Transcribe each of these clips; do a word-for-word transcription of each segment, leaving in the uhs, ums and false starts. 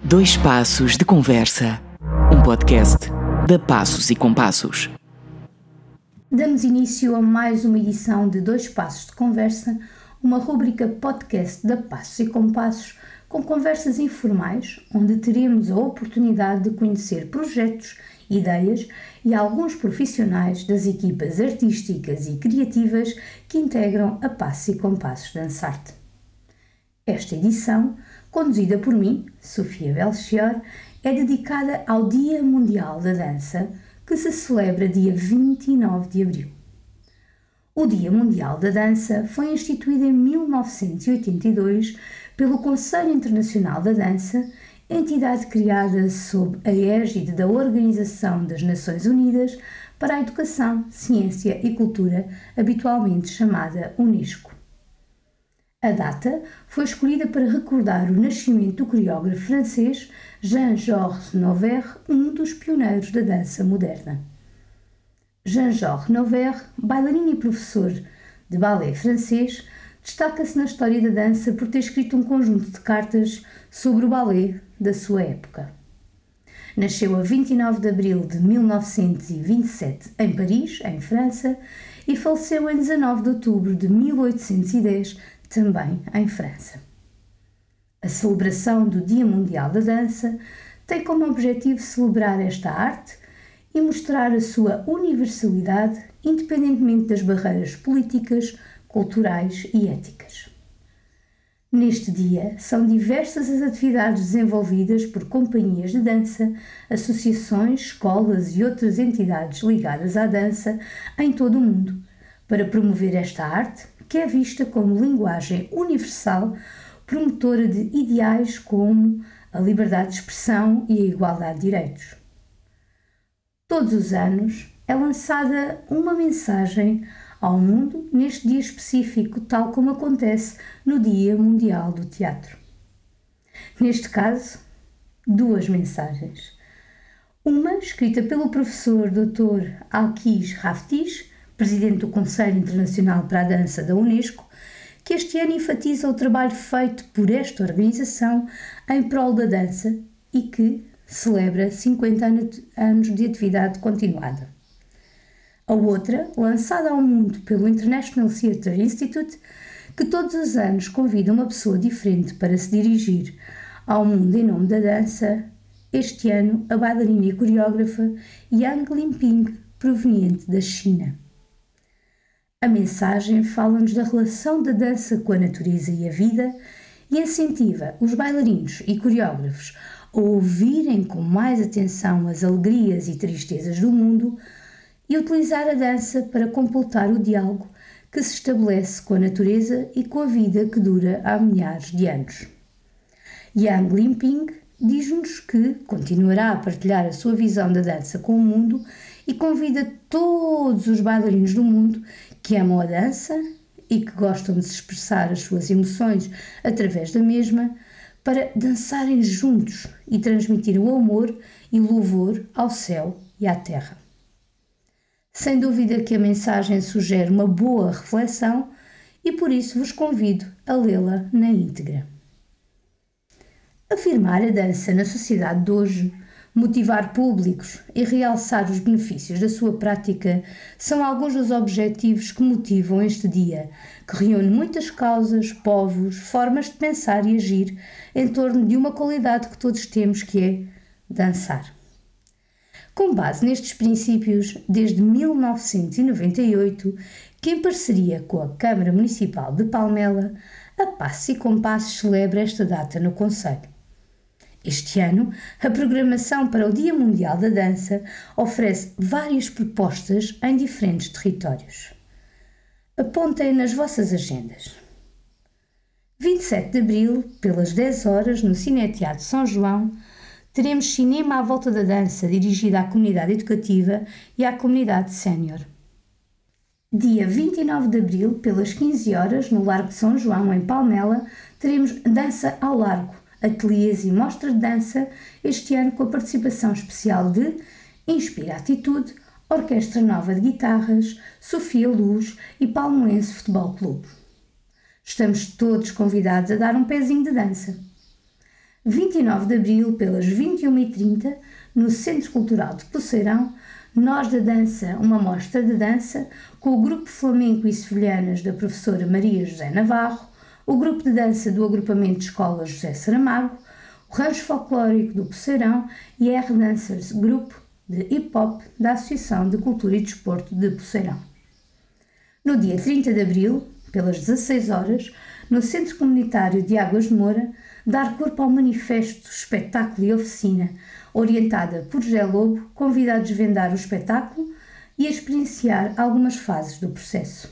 Dois Passos de Conversa, um podcast da Passos e Compassos. Damos início a mais uma edição de Dois Passos de Conversa, uma rúbrica podcast da Passos e Compassos com conversas informais, onde teremos a oportunidade de conhecer projetos, ideias e alguns profissionais das equipas artísticas e criativas que integram a Passos e Compassos Dançarte. Esta edição, conduzida por mim, Sofia Belchior, é dedicada ao Dia Mundial da Dança, que se celebra dia vinte e nove de abril. O Dia Mundial da Dança foi instituído em mil novecentos e oitenta e dois pelo Conselho Internacional da Dança, entidade criada sob a égide da Organização das Nações Unidas para a Educação, Ciência e Cultura, habitualmente chamada Unesco. A data foi escolhida para recordar o nascimento do coreógrafo francês Jean-Georges Noverre, um dos pioneiros da dança moderna. Jean-Georges Noverre, bailarino e professor de ballet francês, destaca-se na história da dança por ter escrito um conjunto de cartas sobre o ballet da sua época. Nasceu a vinte e nove de abril de mil novecentos e vinte e sete em Paris, em França, e faleceu em dezanove de outubro de mil oitocentos e dez, também em França. A celebração do Dia Mundial da Dança tem como objetivo celebrar esta arte e mostrar a sua universalidade, independentemente das barreiras políticas, culturais e éticas. Neste dia, são diversas as atividades desenvolvidas por companhias de dança, associações, escolas e outras entidades ligadas à dança em todo o mundo, para promover esta arte, que é vista como linguagem universal, promotora de ideais como a liberdade de expressão e a igualdade de direitos. Todos os anos é lançada uma mensagem ao mundo neste dia específico, tal como acontece no Dia Mundial do Teatro. Neste caso, duas mensagens. Uma escrita pelo professor doutor Alquiz Raftish, presidente do Conselho Internacional para a Dança da Unesco, que este ano enfatiza o trabalho feito por esta organização em prol da dança e que celebra cinquenta anos de atividade continuada. A outra, lançada ao mundo pelo International Theatre Institute, que todos os anos convida uma pessoa diferente para se dirigir ao mundo em nome da dança, este ano a bailarina e coreógrafa Yang Linping, proveniente da China. A mensagem fala-nos da relação da dança com a natureza e a vida e incentiva os bailarinos e coreógrafos a ouvirem com mais atenção as alegrias e tristezas do mundo e utilizar a dança para completar o diálogo que se estabelece com a natureza e com a vida que dura há milhares de anos. Yang Linping diz-nos que continuará a partilhar a sua visão da dança com o mundo e convida todos os bailarinos do mundo que amam a dança e que gostam de se expressar as suas emoções através da mesma para dançarem juntos e transmitir o amor e louvor ao céu e à terra. Sem dúvida que a mensagem sugere uma boa reflexão e por isso vos convido a lê-la na íntegra. Afirmar a dança na sociedade de hoje, motivar públicos e realçar os benefícios da sua prática são alguns dos objetivos que motivam este dia, que reúne muitas causas, povos, formas de pensar e agir em torno de uma qualidade que todos temos, que é dançar. Com base nestes princípios, desde mil novecentos e noventa e oito, que em parceria com a Câmara Municipal de Palmela, a Passos e Compassos celebra esta data no concelho. Este ano, a programação para o Dia Mundial da Dança oferece várias propostas em diferentes territórios. Apontem nas vossas agendas. vinte e sete de abril, pelas dez horas, no Cineteatro São João, teremos Cinema à Volta da Dança, dirigida à comunidade educativa e à comunidade sénior. Dia vinte e nove de abril, pelas quinze horas, no Largo de São João, em Palmela, teremos Dança ao Largo, ateliês e mostra de dança, este ano com a participação especial de Inspira Atitude, Orquestra Nova de Guitarras, Sofia Luz e Palmoense Futebol Clube. Estamos todos convidados a dar um pezinho de dança. vinte e nove de abril, pelas vinte e uma e trinta, no Centro Cultural de Poceirão, Nós da Dança, uma mostra de dança com o grupo flamenco e sevilhanas da professora Maria José Navarro, o grupo de dança do agrupamento de escolas José Saramago, o rancho folclórico do Poceirão e a R-Dancers, grupo de hip-hop da Associação de Cultura e Desporto de Poceirão. No dia trinta de abril, pelas dezasseis horas, no Centro Comunitário de Águas de Moura, dar corpo ao manifesto, espetáculo e oficina, orientada por José Lobo, convida a desvendar o espetáculo e a experienciar algumas fases do processo.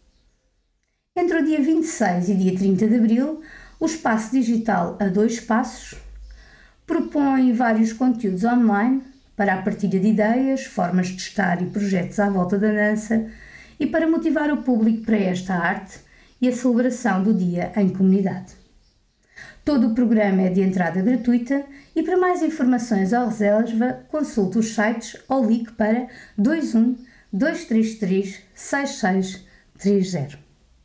Entre o dia vinte e seis e dia trinta de abril, o Espaço Digital A Dois Passos propõe vários conteúdos online para a partilha de ideias, formas de estar e projetos à volta da dança e para motivar o público para esta arte e a celebração do dia em comunidade. Todo o programa é de entrada gratuita e para mais informações ou reserva consulte os sites ou ligue para dois um, dois três três, seis seis três zero.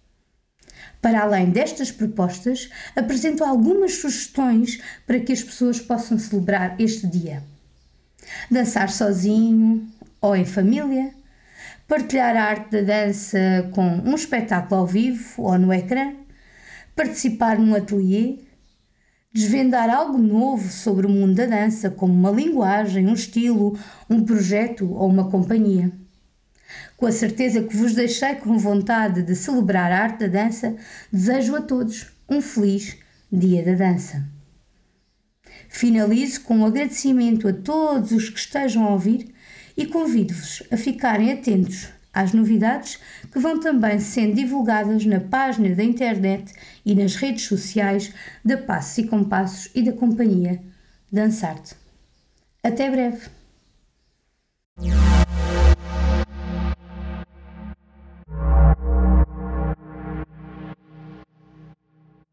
Para além destas propostas, apresento algumas sugestões para que as pessoas possam celebrar este dia. Dançar sozinho ou em família, partilhar a arte da dança com um espetáculo ao vivo ou no ecrã, participar num ateliê, desvendar algo novo sobre o mundo da dança, como uma linguagem, um estilo, um projeto ou uma companhia. Com a certeza que vos deixei com vontade de celebrar a arte da dança, desejo a todos um feliz Dia da Dança. Finalizo com um agradecimento a todos os que estejam a ouvir e convido-vos a ficarem atentos às novidades que vão também sendo divulgadas na página da internet e nas redes sociais da Passos e Compassos e da companhia Dançarte. Até breve!